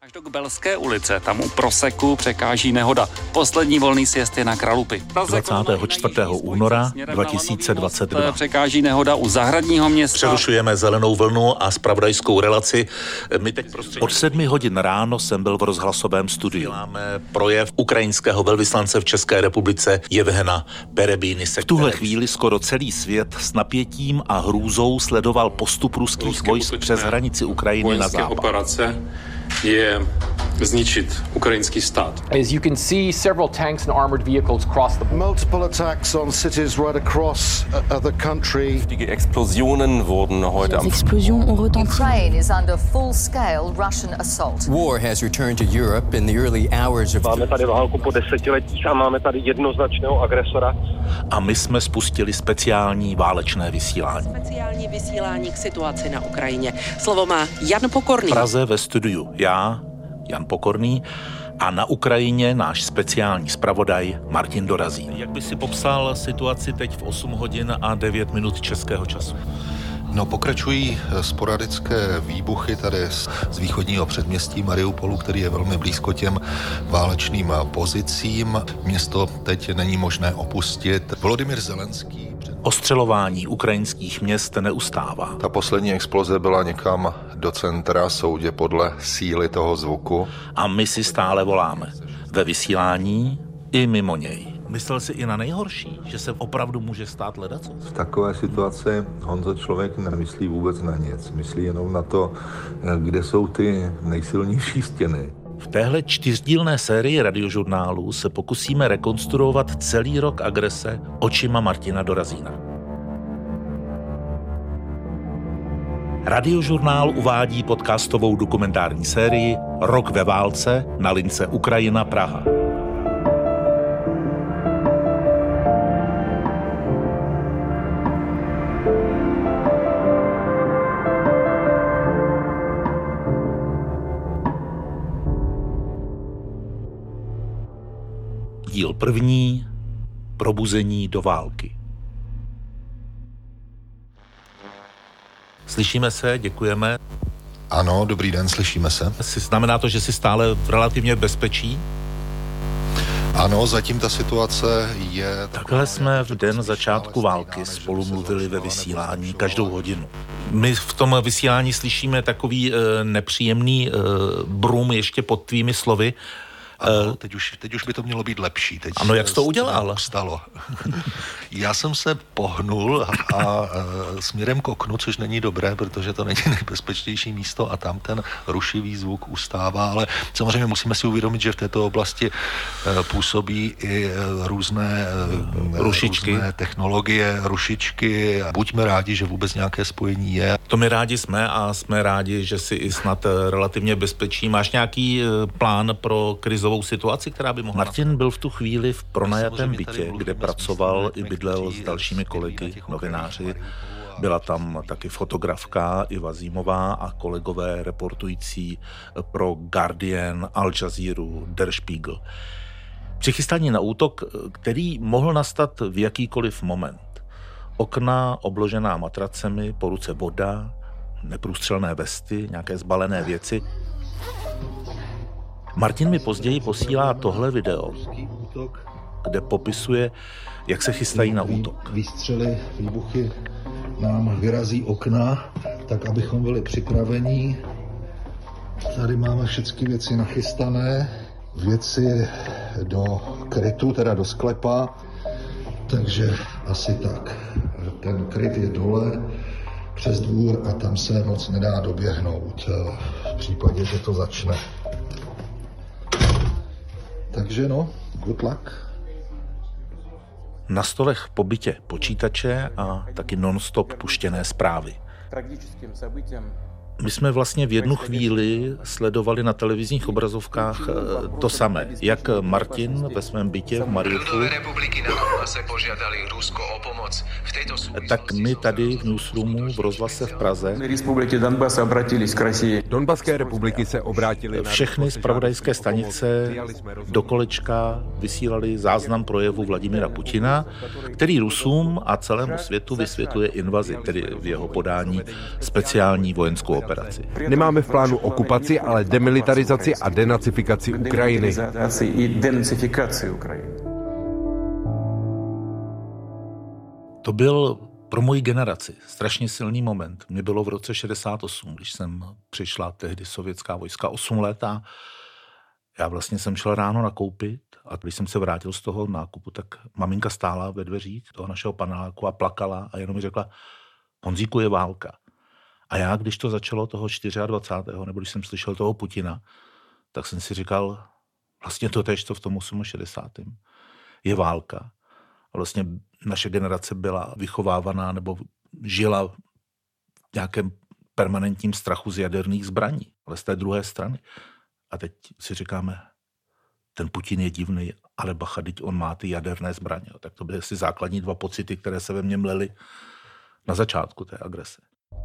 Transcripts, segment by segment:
Až do Kbelské ulice, tam u Proseku překáží nehoda. Poslední volný sjezd je na Kralupy. 24. února 2022. Překáží nehoda u Zahradního města. Přerušujeme zelenou vlnu a zpravodajskou relaci. My teď Od 7 hodin ráno jsem byl v rozhlasovém studiu. máme projev ukrajinského velvyslance v České republice Jevhena Perebíny. V tuhle chvíli skoro celý svět s napětím a hrůzou sledoval postup ruských vojsk přes hranici Ukrajiny na západ. Operace je zničit ukrajinský stát. As you can see, several tanks and armored vehicles cross the border. Multiple attacks on cities right across the country. Die Explosionen wurden heute Les explosions ont retenti. Ukraine is under full-scale Russian assault. War has returned to Europe in the early hours of... Máme tady válku po desetiletích a máme tady jednoznačného agresora. A my jsme spustili speciální válečné vysílání. Speciální vysílání k situaci na Ukrajině. Slovo má Jan Pokorný. V Praze ve studiu já, Jan Pokorný, a na Ukrajině náš speciální zpravodaj Martin Dorazín. Jak by si popsal situaci teď v 8 hodin a 9 minut českého času? No, pokračují sporadické výbuchy tady z východního předměstí Mariupolu, který je velmi blízko těm válečným pozicím. Město teď není možné opustit. Volodymyr Zelenský... Ostřelování ukrajinských měst neustává. Ta poslední exploze byla někam do centra, soudě podle síly toho zvuku. A my si stále voláme. Ve vysílání i mimo něj. Myslel jsi i na nejhorší, že se opravdu může stát ledacos? V takové situaci Honzo člověk nemyslí vůbec na nic. Myslí jenom na to, kde jsou ty nejsilnější stěny. V téhle 4dílné sérii radiožurnálů se pokusíme rekonstruovat celý rok agrese očima Martina Dorazína. Radiožurnál uvádí podcastovou dokumentární sérii Rok ve válce na lince Ukrajina Praha. Díl první. Probuzení do války. Slyšíme se, děkujeme. Ano, dobrý den, slyšíme se. Znamená to, že jsi stále v relativně bezpečí? Ano, zatím ta situace je... Takhle jsme v den začátku války spolu mluvili ve vysílání každou hodinu. My v tom vysílání slyšíme takový nepříjemný brum ještě pod tvými slovy. Ano, teď už by to mělo být lepší. Teď ano, jak jsi to udělal? Stalo. Já jsem se pohnul a směrem k oknu, což není dobré, protože to není nejbezpečnější místo a tam ten rušivý zvuk ustává, ale samozřejmě musíme si uvědomit, že v této oblasti působí i různé technologie, rušičky. Buďme rádi, že vůbec nějaké spojení je. To my rádi jsme a jsme rádi, že si i snad relativně bezpečí. Máš nějaký plán pro krizovou situaci, která by mohla... Martin byl v tu chvíli v pronajatém bytě, kde pracoval i bydlel s dalšími kolegy, novináři. Byla tam taky fotografka Iva Zímová a kolegové reportující pro Guardian, Al Jazeeru, Der Spiegel. Přichystání na útok, který mohl nastat v jakýkoliv moment. Okna obložená matracemi, po ruce voda, neprůstřelné vesty, nějaké zbalené věci. Martin mi později posílá tohle video, kde popisuje, jak se chystají na útok. Výstřely, výbuchy nám vyrazí okna, tak abychom byli připraveni. Tady máme všechny věci nachystané, věci do krytu, teda do sklepa, takže asi tak. Ten kryt je dole přes dvůr a tam se moc nedá doběhnout v případě, že to začne. Takže no, good luck. Na stolech po bytě počítače a taky non-stop puštěné zprávy. My jsme vlastně v jednu chvíli sledovali na televizních obrazovkách to samé, jak Martin ve svém bytě v Mariupolu, tak my tady v Newsroomu v rozhlase v Praze. Donbaské republiky se obrátily na... Všechny zpravodajské stanice do kolečka vysílali záznam projevu Vladimira Putina, který Rusům a celému světu vysvětluje invazi, tedy v jeho podání speciální vojenskou operaci. operaci. Nemáme v plánu okupaci, ale demilitarizaci a denacifikaci Ukrajiny. To byl pro moji generaci strašně silný moment. Mně bylo v roce 68, když jsem přišla tehdy sovětská vojska 8 let a já vlastně jsem šel ráno nakoupit a když jsem se vrátil z toho nákupu, tak maminka stála ve dveřích toho našeho paneláku a plakala a jenom mi řekla, Honzíku, je válka. A já, když to začalo toho 24. nebo když jsem slyšel toho Putina, tak jsem si říkal, vlastně to tež, co v tom 68. je válka. A vlastně naše generace byla vychovávaná nebo žila v nějakém permanentním strachu z jaderných zbraní, ale z té druhé strany. A teď si říkáme, ten Putin je divný, ale bacha, teď on má ty jaderné zbraně. Tak to byly asi základní dva pocity, které se ve mně mlely na začátku té agrese.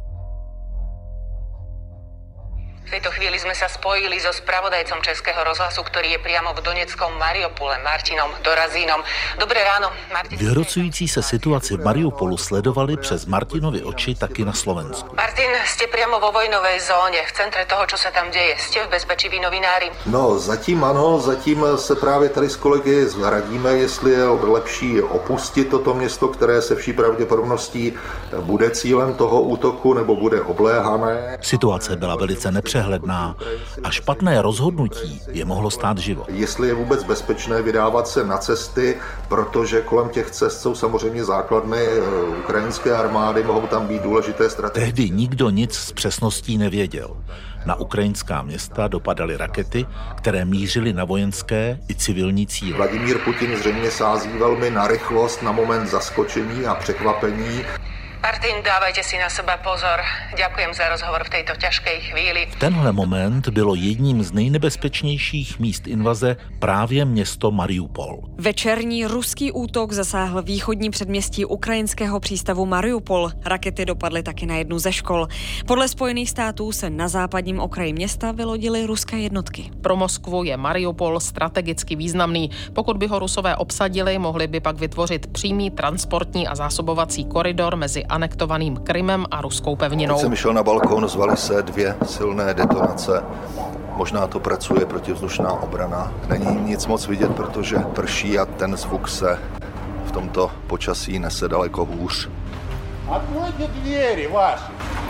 V tejto chvíli sme sa spojili so spravodajcom Českého rozhlasu, ktorý je priamo v Doneckom Mariupole, Martinom Dorazínom. Dobré ráno, Martin. Vyhrocující se situaci v Mariupolu sledovali přes Martinovy oči taky na Slovensku. Martin, ste priamo vo vojnovej zóne, v centre toho, čo sa tam deje. Ste v bezpečí vy novinári? No, zatím ano, zatím se právě tady s kolegy zradíme, jestli je lepší opustit toto město, které se vší pravděpodobností bude cílem toho útoku nebo bude obléhané. Situace byla velice nepřehledná a špatné rozhodnutí je mohlo stát život. Jestli je vůbec bezpečné vydávat se na cesty, protože kolem těch cest jsou samozřejmě základny ukrajinské armády, mohou tam být důležité strategie. Tehdy nikdo nic s přesností nevěděl. Na ukrajinská města dopadaly rakety, které mířily na vojenské i civilní cíle. Vladimír Putin zřejmě sází velmi na rychlost, na moment zaskočení a překvapení. Martin, dávajte si na seba pozor. Ďakujem za rozhovor v tejto ťažkej chvíli. V tenhle moment bylo jedním z nejnebezpečnějších míst invaze právě město Mariupol. Večerní ruský útok zasáhl východní předměstí ukrajinského přístavu Mariupol. Rakety dopadly taky na jednu ze škol. Podle Spojených států se na západním okraji města vylodily ruské jednotky. Pro Moskvu je Mariupol strategicky významný. Pokud by ho Rusové obsadili, mohli by pak vytvořit přímý transportní a zásobovací koridor mezi anektovaným Krymem a ruskou pevninou. Teď jsem šel na balkón, zvaly se 2 silné detonace. Možná to pracuje protivzdušná obrana. Není nic moc vidět, protože prší a ten zvuk se v tomto počasí nese daleko hůř. Откройте двери ваши.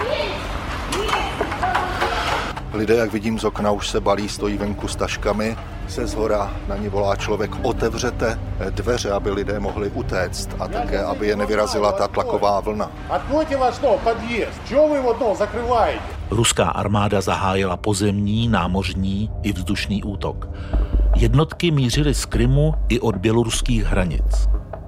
Lidé, jak vidím z okna, už se balí, stojí venku s taškami. Se zhora na ně volá člověk, otevřete dveře, aby lidé mohli utéct a také, aby je nevyrazila ta tlaková vlna. Откройте ваш подъезд. Чего вы его закрываете? Ruská armáda zahájila pozemní, námořní i vzdušný útok. Jednotky mířily z Krymu i od běloruských hranic.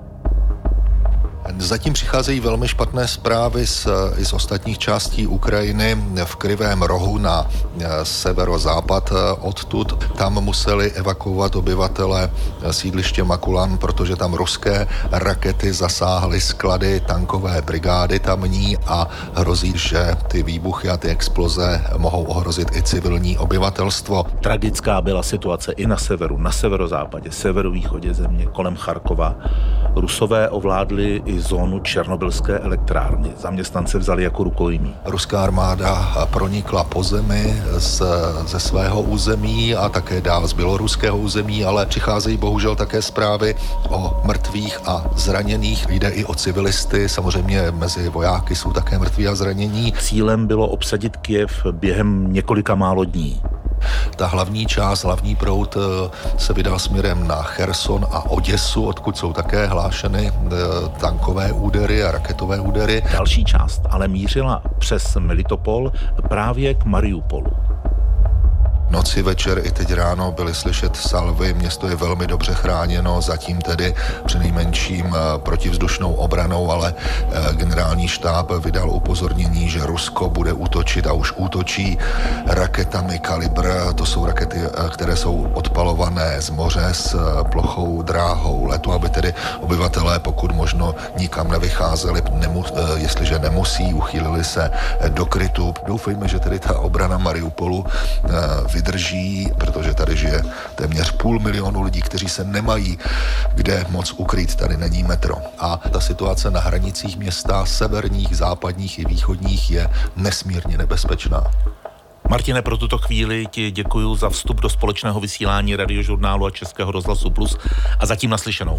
Zatím přicházejí velmi špatné zprávy i z ostatních částí Ukrajiny. V Krivém rohu na severozápad odtud. Tam museli evakuovat obyvatele sídliště Makulan, protože tam ruské rakety zasáhly sklady tankové brigády tamní a hrozí, že ty výbuchy a ty exploze mohou ohrozit i civilní obyvatelstvo. Tragická byla situace i na severu, na severozápadě, severovýchodě země, kolem Charkova. Rusové ovládli i zónu černobylské elektrárny. Zaměstnance vzali jako rukojmí. Ruská armáda pronikla po zemi ze svého území a také dál z běloruského území, ale přicházejí bohužel také zprávy o mrtvých a zraněných. Jde i o civilisty, samozřejmě mezi vojáky jsou také mrtví a zranění. Cílem bylo obsadit Kyjev během několika málo dní. Ta hlavní část, hlavní proud se vydal směrem na Cherson a Oděsu, odkud jsou také hlášeny tankové údery a raketové údery. Další část ale mířila přes Melitopol právě k Mariupolu. Noci, večer i teď ráno byly slyšet salvy, město je velmi dobře chráněno, zatím tedy přinejmenším protivzdušnou obranou, ale generální štáb vydal upozornění, že Rusko bude útočit a už útočí raketami Kalibr. To jsou rakety, které jsou odpalované z moře s plochou dráhou letu, aby tedy obyvatelé pokud možno nikam nevycházeli, jestliže nemusí, uchýlili se do krytu. Doufejme, že tedy ta obrana Mariupolu vydrží vydrží, protože tady žije téměř 500 000 lidí, kteří se nemají kde moc ukryt, tady není metro. A ta situace na hranicích města severních, západních i východních je nesmírně nebezpečná. Martine, pro tuto chvíli ti děkuji za vstup do společného vysílání Radiožurnálu a Českého rozhlasu Plus a zatím naslyšenou.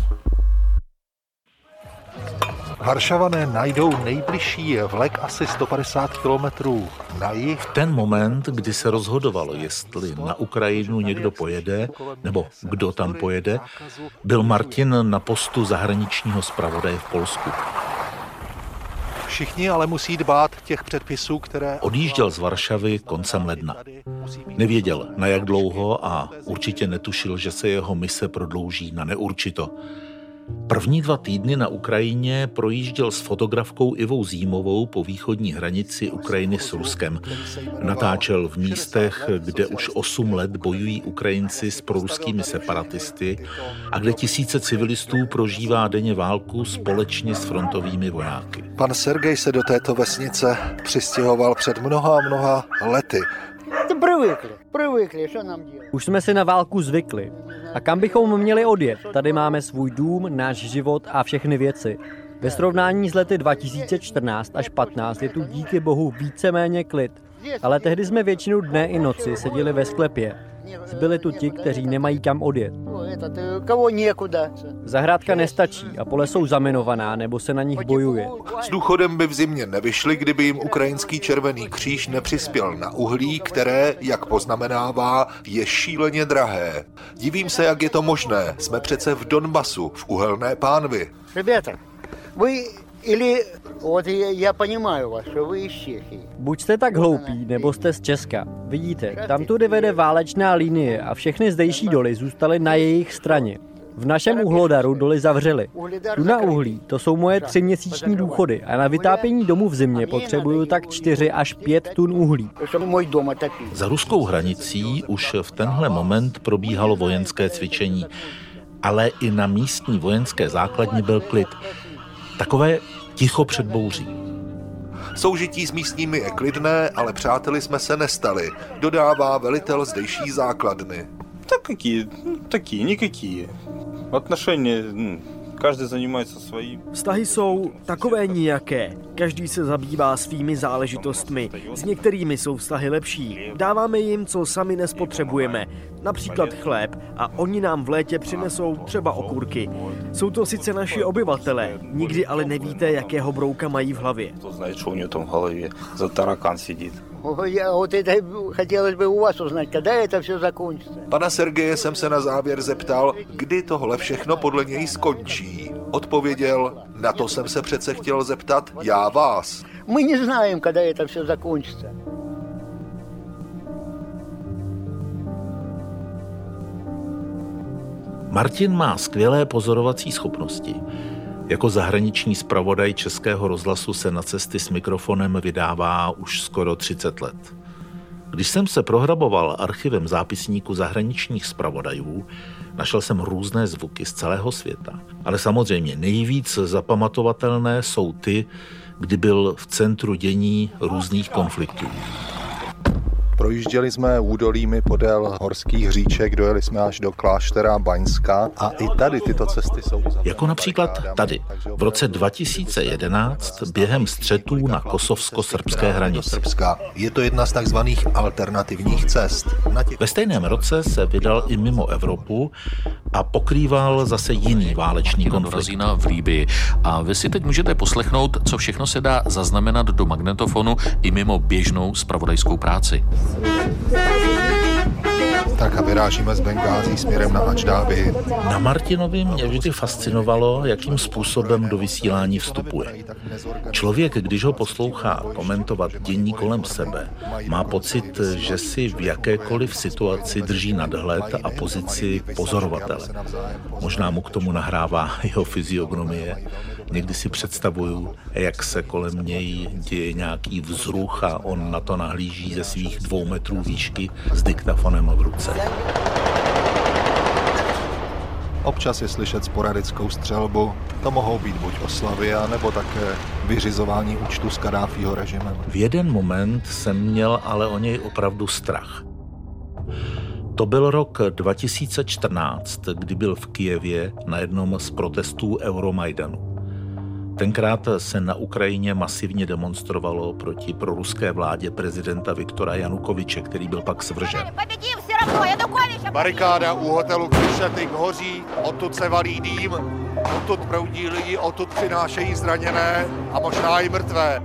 Varšavané najdou nejbližší vlek asi 150 kilometrů na jih. V ten moment, kdy se rozhodovalo, jestli na Ukrajinu někdo pojede, nebo kdo tam pojede, byl Martin na postu zahraničního zpravodaje v Polsku. Všichni ale musí dbát těch předpisů, které... Odjížděl z Varšavy koncem ledna. Nevěděl, na jak dlouho a určitě netušil, že se jeho mise prodlouží na neurčito. První 2 týdny na Ukrajině projížděl s fotografkou Ivou Zímovou po východní hranici Ukrajiny s Ruskem. Natáčel v místech, kde už 8 let bojují Ukrajinci s proruskými separatisty a kde tisíce civilistů prožívá denně válku společně s frontovými vojáky. Pan Sergej se do této vesnice přistěhoval před mnoha lety. Привыкли, что нам делать? Už jsme si na válku zvykli. A kam bychom měli odjet? Tady máme svůj dům, náš život a všechny věci. Ve srovnání s lety 2014 až 15 je tu díky bohu víceméně klid. Ale tehdy jsme většinu dne i noci seděli ve sklepě. Zbyli tu ti, kteří nemají kam odjet. Zahrádka nestačí a pole jsou zaminovaná nebo se na nich bojuje. S důchodem by v zimě nevyšli, kdyby jim ukrajinský Červený kříž nepřispěl na uhlí, které, jak poznamenává, je šíleně drahé. Divím se, jak je to možné. Jsme přece v Donbasu, v uhelné pánvi. Buď jste tak hloupí, nebo jste z Česka. Vidíte, tamtudy vede válečná linie a všechny zdejší doly zůstaly na jejich straně. V našem uhlodaru doly zavřeli. Tu na uhlí, to jsou moje 3měsíční důchody a na vytápění domu v zimě potřebuju tak 4 až 5 tun uhlí. Za ruskou hranicí už v tenhle moment probíhalo vojenské cvičení, ale i na místní vojenské základně byl klid. Takové ticho před bouří. Soužití s místními je klidné, ale přáteli jsme se nestali, dodává velitel zdejší základny. Tak taky, nikaký. Отношения, každý занимается своим. Vztahy jsou takové nijaké. Každý se zabývá svými záležitostmi. S některými jsou vztahy lepší. Dáváme jim, co sami nespotřebujeme. Například chléb a oni nám v létě přinesou třeba okurky. Jsou to sice naši obyvatelé, nikdy ale nevíte, jakého brouka mají v hlavě. To znamená, co u něj tam v hlavě za tarakán sedí. Pana Sergeje jsem se na závěr zeptal, kdy tohle všechno podle něj skončí. Odpověděl, na to jsem se přece chtěl zeptat já vás. My neznáme, kdy to vše zakončí. Martin má skvělé pozorovací schopnosti. Jako zahraniční zpravodaj Českého rozhlasu se na cesty s mikrofonem vydává už skoro 30 let. Když jsem se prohraboval archivem zápisníku zahraničních zpravodajů, našel jsem různé zvuky z celého světa. Ale samozřejmě nejvíc zapamatovatelné jsou ty, kdy byl v centru dění různých konfliktů. Projížděli jsme údolími podél horských říček, dojeli jsme až do kláštera Baňska a i tady tyto cesty jsou uzavřené. Jako například tady, v roce 2011 během střetů na kosovsko-srbské hranici. Je to jedna z takzvaných alternativních cest. Ve stejném roce se vydal i mimo Evropu a pokrýval zase jiný válečný konflikt. V Líbii. A vy si teď můžete poslechnout, co všechno se dá zaznamenat do magnetofonu i mimo běžnou zpravodajskou práci. Tak a vyrážíme z Bengází směrem na Adždábí. Na Martinovi mě vždy fascinovalo, jakým způsobem do vysílání vstupuje. Člověk, když ho poslouchá komentovat dění kolem sebe, má pocit, že si v jakékoliv situaci drží nadhled a pozici pozorovatele. Možná mu k tomu nahrává jeho fyziognomie. Někdy si představuju, jak se kolem něj děje nějaký vzruch a on na to nahlíží ze svých 2 metrů výšky s diktafonem v ruce. Občas je slyšet sporadickou střelbu. To mohou být buď oslavy, nebo také vyřizování účtu s Kaddáfího režimem. V jeden moment jsem měl ale o něj opravdu strach. To byl rok 2014, kdy byl v Kyjevě na jednom z protestů Euromajdanu. Tenkrát se na Ukrajině masivně demonstrovalo proti proruské vládě prezidenta Viktora Janukovyče, který byl pak svržen. Barikáda u hotelu Křišatyk hoří, odtud se valí dým, odtud proudí lidi, odtud přinášejí zraněné a možná i mrtvé.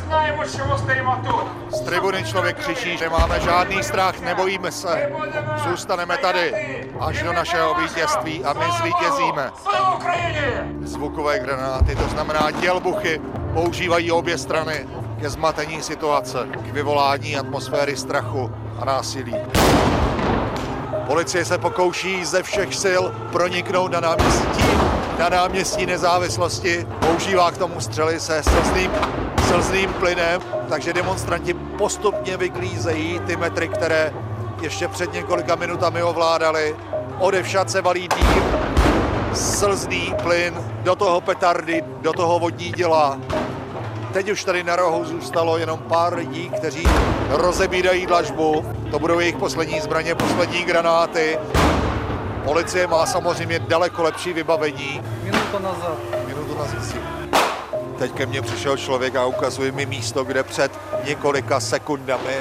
Z tribuny člověk křičí, že máme žádný strach, nebojíme se, zůstaneme tady až do našeho vítězství a my zvítězíme. Zvukové granáty, to znamená dělbuchy, používají obě strany ke zmatení situace, k vyvolání atmosféry strachu a násilí. Policie se pokouší ze všech sil proniknout na náměstí Nezávislosti. Používá k tomu střely se slzným plynem, takže demonstranti postupně vyklízejí ty metry, které ještě před několika minutami ovládali. Odevšad se valí dým, slzný plyn, do toho petardy, do toho vodní děla. Teď už tady na rohu zůstalo jenom pár lidí, kteří rozebírají dlažbu. To budou jejich poslední zbraně, poslední granáty. Policie má samozřejmě daleko lepší vybavení. Minutu nazad. Teď ke mně přišel člověk a ukazuje mi místo, kde před několika sekundami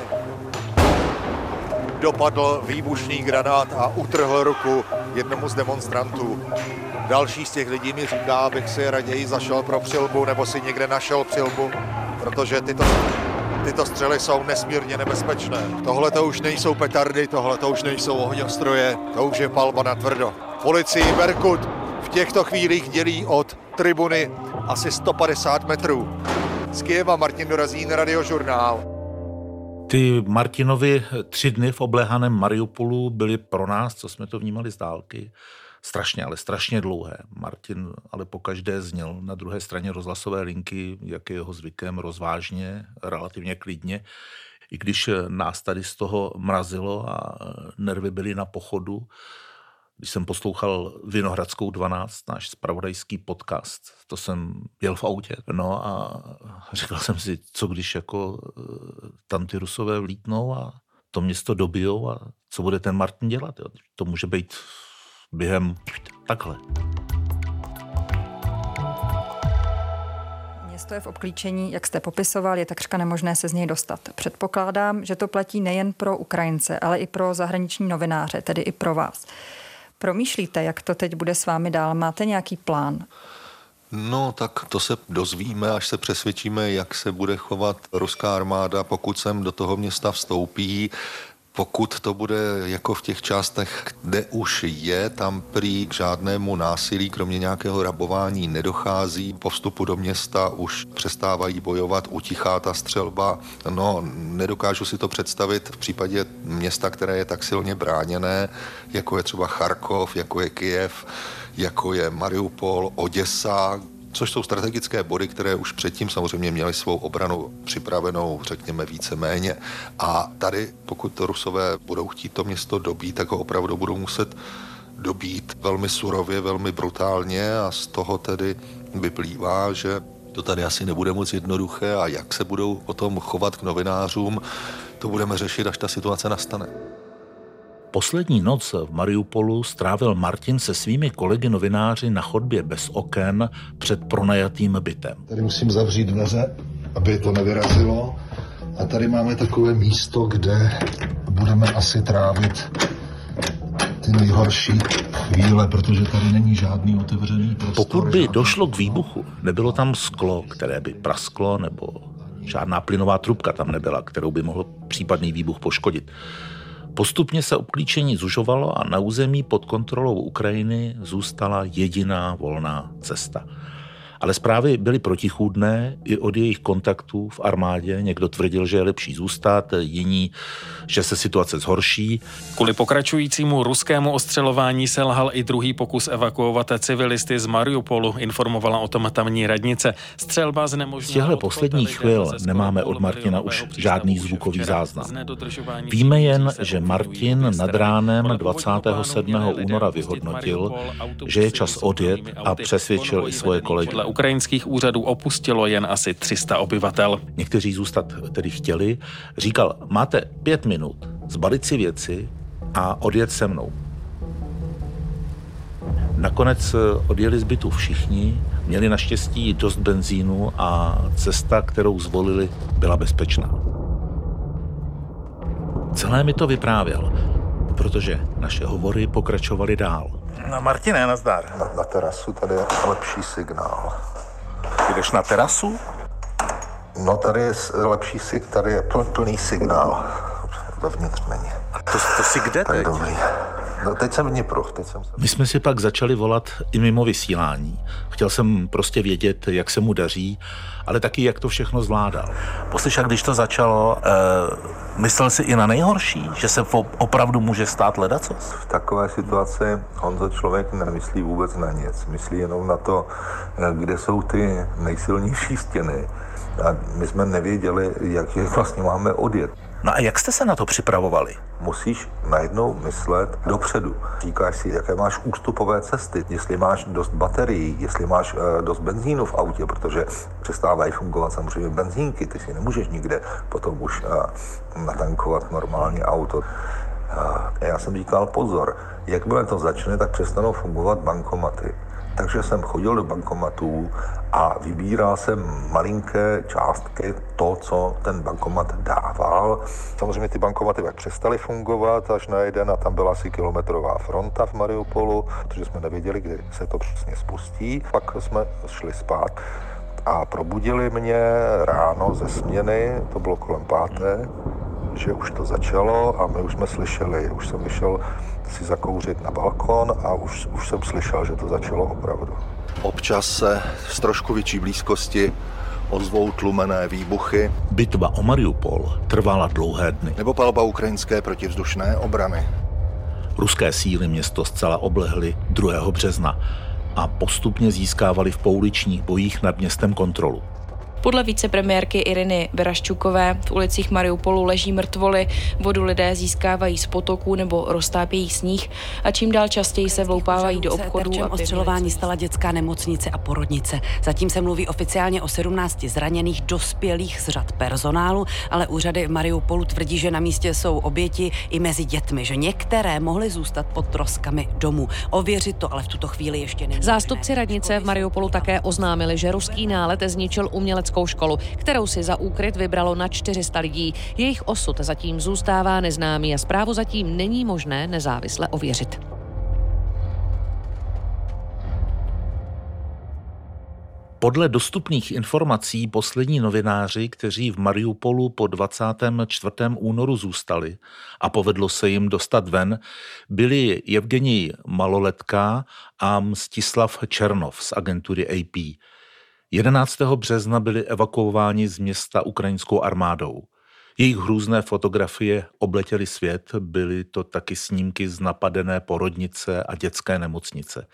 dopadl výbušný granát a utrhl ruku jednomu z demonstrantů. Další z těch lidí mi říká, abych si raději zašel pro přilbu nebo si někde našel přilbu, protože tyto střely jsou nesmírně nebezpečné. Tohle to už nejsou petardy, tohle to už nejsou ohňostroje, to už je palba na tvrdo. Policii Berkut v těchto chvílích dělí od tribuny asi 150 metrů. Z Kyjeva Martin Dorazín, Radiožurnál. Ty Martinovi 3 dny v obléhaném Mariupolu byly pro nás, co jsme to vnímali z dálky, strašně dlouhé. Martin ale pokaždé zněl na druhé straně rozhlasové linky, jak je jeho zvykem, rozvážně, relativně klidně. I když nás tady z toho mrazilo a nervy byly na pochodu, když jsem poslouchal Vinohradskou 12, náš zpravodajský podcast, to jsem jel v autě, no a říkal jsem si, co když jako tam ty Rusové vlítnou a to město dobijou a co bude ten Martin dělat, jo? To může být během takhle. Město je v obklíčení, jak jste popisoval, je takřka nemožné se z něj dostat. Předpokládám, že to platí nejen pro Ukrajince, ale i pro zahraniční novináře, tedy i pro vás. Promýšlíte, jak to teď bude s vámi dál? Máte nějaký plán? No, tak to se dozvíme, až se přesvědčíme, jak se bude chovat ruská armáda, pokud sem do toho města vstoupí. Pokud to bude jako v těch částech, kde už je, tam prý k žádnému násilí, kromě nějakého rabování, nedochází. Po vstupu do města už přestávají bojovat, utichá ta střelba. No, nedokážu si to představit v případě města, které je tak silně bráněné, jako je třeba Charkov, jako je Kyjev, jako je Mariupol, Oděsa, což jsou strategické body, které už předtím samozřejmě měly svou obranu připravenou, řekněme víceméně. A tady, pokud to Rusové budou chtít to město dobít, tak ho opravdu budou muset dobít velmi surově, velmi brutálně a z toho tedy vyplývá, že to tady asi nebude moc jednoduché a jak se budou potom chovat k novinářům, to budeme řešit, až ta situace nastane. Poslední noc v Mariupolu strávil Martin se svými kolegy novináři na chodbě bez oken před pronajatým bytem. Tady musím zavřít dveře, aby to nevyrazilo. A tady máme takové místo, kde budeme asi trávit ty nejhorší chvíle, protože tady není žádný otevřený prostor. Pokud by došlo k výbuchu, nebylo tam sklo, které by prasklo, nebo žádná plynová trubka tam nebyla, kterou by mohl případný výbuch poškodit. Postupně se obklíčení zužovalo a na území pod kontrolou Ukrajiny zůstala jediná volná cesta. Ale zprávy byly protichůdné i od jejich kontaktů v armádě. Někdo tvrdil, že je lepší zůstat, jiní, že se situace zhorší. Kvůli pokračujícímu ruskému ostřelování selhal i druhý pokus evakuovat civilisty z Mariupolu, informovala o tom tamní radnice. Střelba znemožnila... Z těchto posledních chvil nemáme od Martina už žádný zvukový záznam. Víme jen, že Martin nad ránem 27. února vyhodnotil, že je čas odjet a přesvědčil i svoje kolegy. Ukrajinských úřadů opustilo jen asi 300 obyvatel. Někteří zůstat tedy chtěli. Říkal, máte 5 minut zbalit si věci a odjet se mnou. Nakonec odjeli z bytu všichni, měli naštěstí dost benzínu a cesta, kterou zvolili, byla bezpečná. Celé mi to vyprávěl, protože naše hovory pokračovaly dál. No Martine, nazdar. Na terasu tady je lepší signál. Jdeš na terasu? No tady je lepší signál, tady je plný signál. Vevnitř není. A to jsi kde teď? Dobrý. No teď jsem v Dnipru. My jsme si pak začali volat i mimo vysílání. Chtěl jsem prostě vědět, jak se mu daří, ale taky, jak to všechno zvládal. Poslyš, a když to začalo, myslel jsi i na nejhorší? Že se opravdu může stát ledacos? V takové situaci Honzo člověk nemyslí vůbec na nic. Myslí jenom na to, kde jsou ty nejsilnější stěny. A my jsme nevěděli, jak je vlastně máme odjet. No a jak jste se na to připravovali? Musíš najednou myslet dopředu. Říkáš si, jaké máš ústupové cesty, jestli máš dost baterií, jestli máš dost benzínu v autě, protože přestávají fungovat samozřejmě benzínky, ty si nemůžeš nikde potom už natankovat normálně auto. Já jsem říkal pozor, jakmile to začne, tak přestanou fungovat bankomaty. Takže jsem chodil do bankomatů a vybíral jsem malinké částky, to, co ten bankomat dával. Samozřejmě ty bankomaty pak přestaly fungovat až na jeden a tam byla asi kilometrová fronta v Mariupolu, protože jsme nevěděli, kdy se to přesně spustí. Pak jsme šli spát a probudili mě ráno ze směny, to bylo kolem 5, že už to začalo a my už jsme slyšeli, už jsem vyšel si zakouřit na balkon a už jsem slyšel, že to začalo opravdu. Občas se z trošku větší blízkosti ozvou tlumené výbuchy. Bitva o Mariupol trvala dlouhé dny. Nebo palba ukrajinské protivzdušné obrany. Ruské síly město zcela oblehly 2. března a postupně získávali v pouličních bojích nad městem kontrolu. Podle vicepremiérky Iriny Veraščukové v ulicích Mariupolu leží mrtvoly, vodu lidé získávají z potoků nebo roztápějí sníh a čím dál častěji se vloupávají do obchodů. Terčem ostřelování stala dětská nemocnice a porodnice. Zatím se mluví oficiálně o 17 zraněných dospělých z řad personálu, ale úřady v Mariupolu tvrdí, že na místě jsou oběti i mezi dětmi, že některé mohly zůstat pod troskami domů. Ověřit to ale v tuto chvíli ještě není. Zástupci radnice v Mariupolu také oznámili, že ruský nálet zničil uměleckou školu, kterou si za úkryt vybralo na 400 lidí. Jejich osud zatím zůstává neznámý a zprávu zatím není možné nezávisle ověřit. Podle dostupných informací poslední novináři, kteří v Mariupolu po 24. únoru zůstali a povedlo se jim dostat ven, byli Evgenij Maloletka a Mstislav Černov z agentury AP. 11. března byli evakuováni z města ukrajinskou armádou. Jejich hrůzné fotografie obletěly svět, byly to taky snímky z napadené porodnice a dětské nemocnice.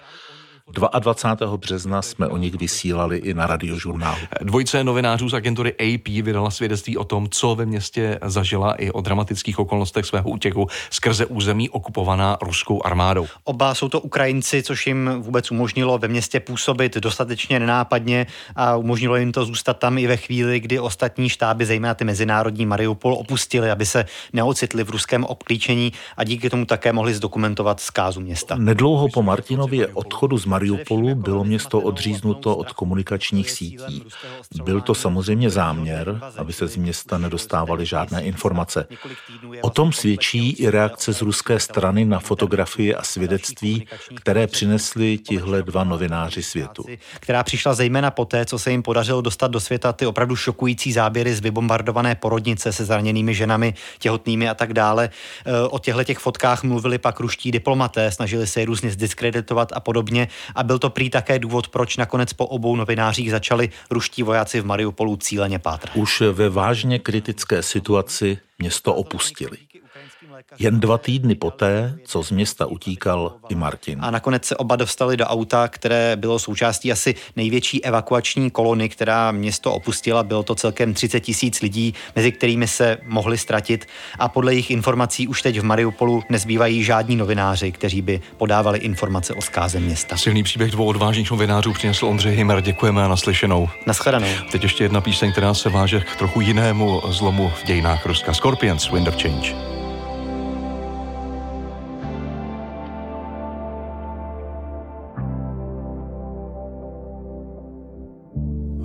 22. března jsme o nich vysílali i na Radiožurnálu. Dvojice novinářů z agentury AP vydala svědectví o tom, co ve městě zažila i o dramatických okolnostech svého útěku skrze území okupovaná ruskou armádou. Oba jsou to Ukrajinci, což jim vůbec umožnilo ve městě působit dostatečně nenápadně a umožnilo jim to zůstat tam i ve chvíli, kdy ostatní štáby, zejména ty mezinárodní, Mariupol opustili, aby se neocitli v ruském obklíčení a díky tomu také mohli zdokumentovat zkázu města. Nedlouho po Martinově odchodu z Mariupolu bylo město odříznuto od komunikačních sítí. Byl to samozřejmě záměr, aby se z města nedostávaly žádné informace. O tom svědčí i reakce z ruské strany na fotografie a svědectví, které přinesli tihle dva novináři světu. Která přišla zejména poté, co se jim podařilo dostat do světa ty opravdu šokující záběry z vybombardované porodnice se zraněnými ženami, těhotnými a tak dále. O těch fotkách mluvili pak ruští diplomaté, snažili se je různě zdiskreditovat a podobně. A byl to prý také důvod, proč nakonec po obou novinářích začali ruští vojáci v Mariupolu cíleně pátrat. Už ve vážně kritické situaci město opustili. Jen 2 týdny poté, co z města utíkal i Martin. A nakonec se oba dostali do auta, které bylo součástí asi největší evakuační kolony, která město opustila. Bylo to celkem 30 000 lidí, mezi kterými se mohli ztratit. A podle jejich informací už teď v Mariupolu nezbývají žádní novináři, kteří by podávali informace o zkáze města. Silný příběh 2 odvážných novinářů přinesl Ondřej Hymer. Děkujeme a naslyšenou. Nashledanou. Teď ještě jedna píseň, která se váže k trochu jinému zlomu v dějinách Ruska. Scorpions, Wind of Change.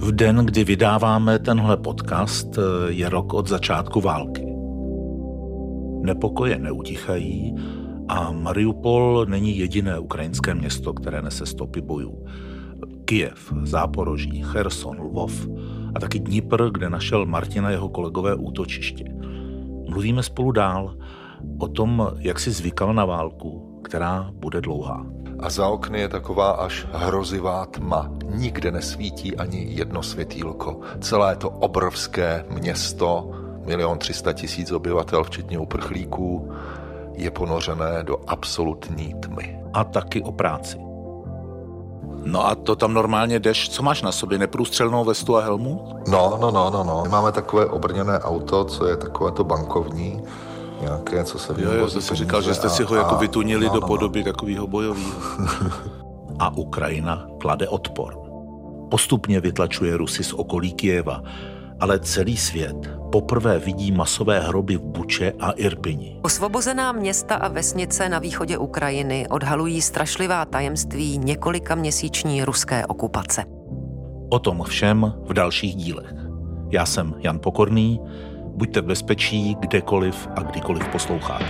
V den, kdy vydáváme tenhle podcast, je rok od začátku války. Nepokoje neutichají a Mariupol není jediné ukrajinské město, které nese stopy bojů. Kyjev, Záporoží, Cherson, Lvov a taky Dnipr, kde našel Martin a jeho kolegové útočiště. Mluvíme spolu dál o tom, jak si zvykal na válku, která bude dlouhá. A za okny je taková až hrozivá tma. Nikde nesvítí ani jedno světýlko. Celé to obrovské město, 1 300 000 obyvatel, včetně uprchlíků, je ponořené do absolutní tmy. A taky o práci. No a to tam normálně jdeš, co máš na sobě, neprůstřelnou vestu a helmu? No. My máme takové obrněné auto, co je takové to bankovní, nějaké, co se Jo, to jsi říkal, že jste si ho jako vytunili do podoby takového bojového. A Ukrajina klade odpor. Postupně vytlačuje Rusy z okolí Kyjeva, ale celý svět poprvé vidí masové hroby v Buče a Irpini. Osvobozená města a vesnice na východě Ukrajiny odhalují strašlivá tajemství několikaměsíční ruské okupace. O tom všem v dalších dílech. Já jsem Jan Pokorný, buďte v bezpečí kdekoliv a kdykoliv posloucháte.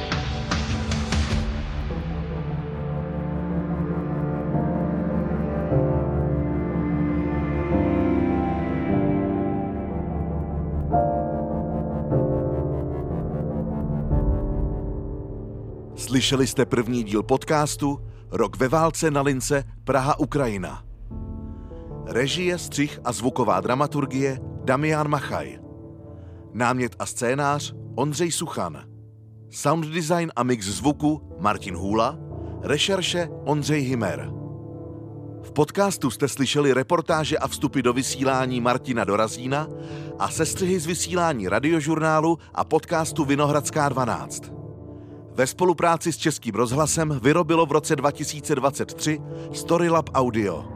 Slyšeli jste první díl podcastu Rok ve válce na lince Praha-Ukrajina. Režie, střih a zvuková dramaturgie Damian Machaj. Námět a scénář Ondřej Suchan. Sound design a mix zvuku Martin Hůla. Rešerše Ondřej Himer. V podcastu jste slyšeli reportáže a vstupy do vysílání Martina Dorazína a sestřihy z vysílání Radiožurnálu a podcastu Vinohradská 12. Ve spolupráci s Českým rozhlasem vyrobilo v roce 2023 Storylab Audio.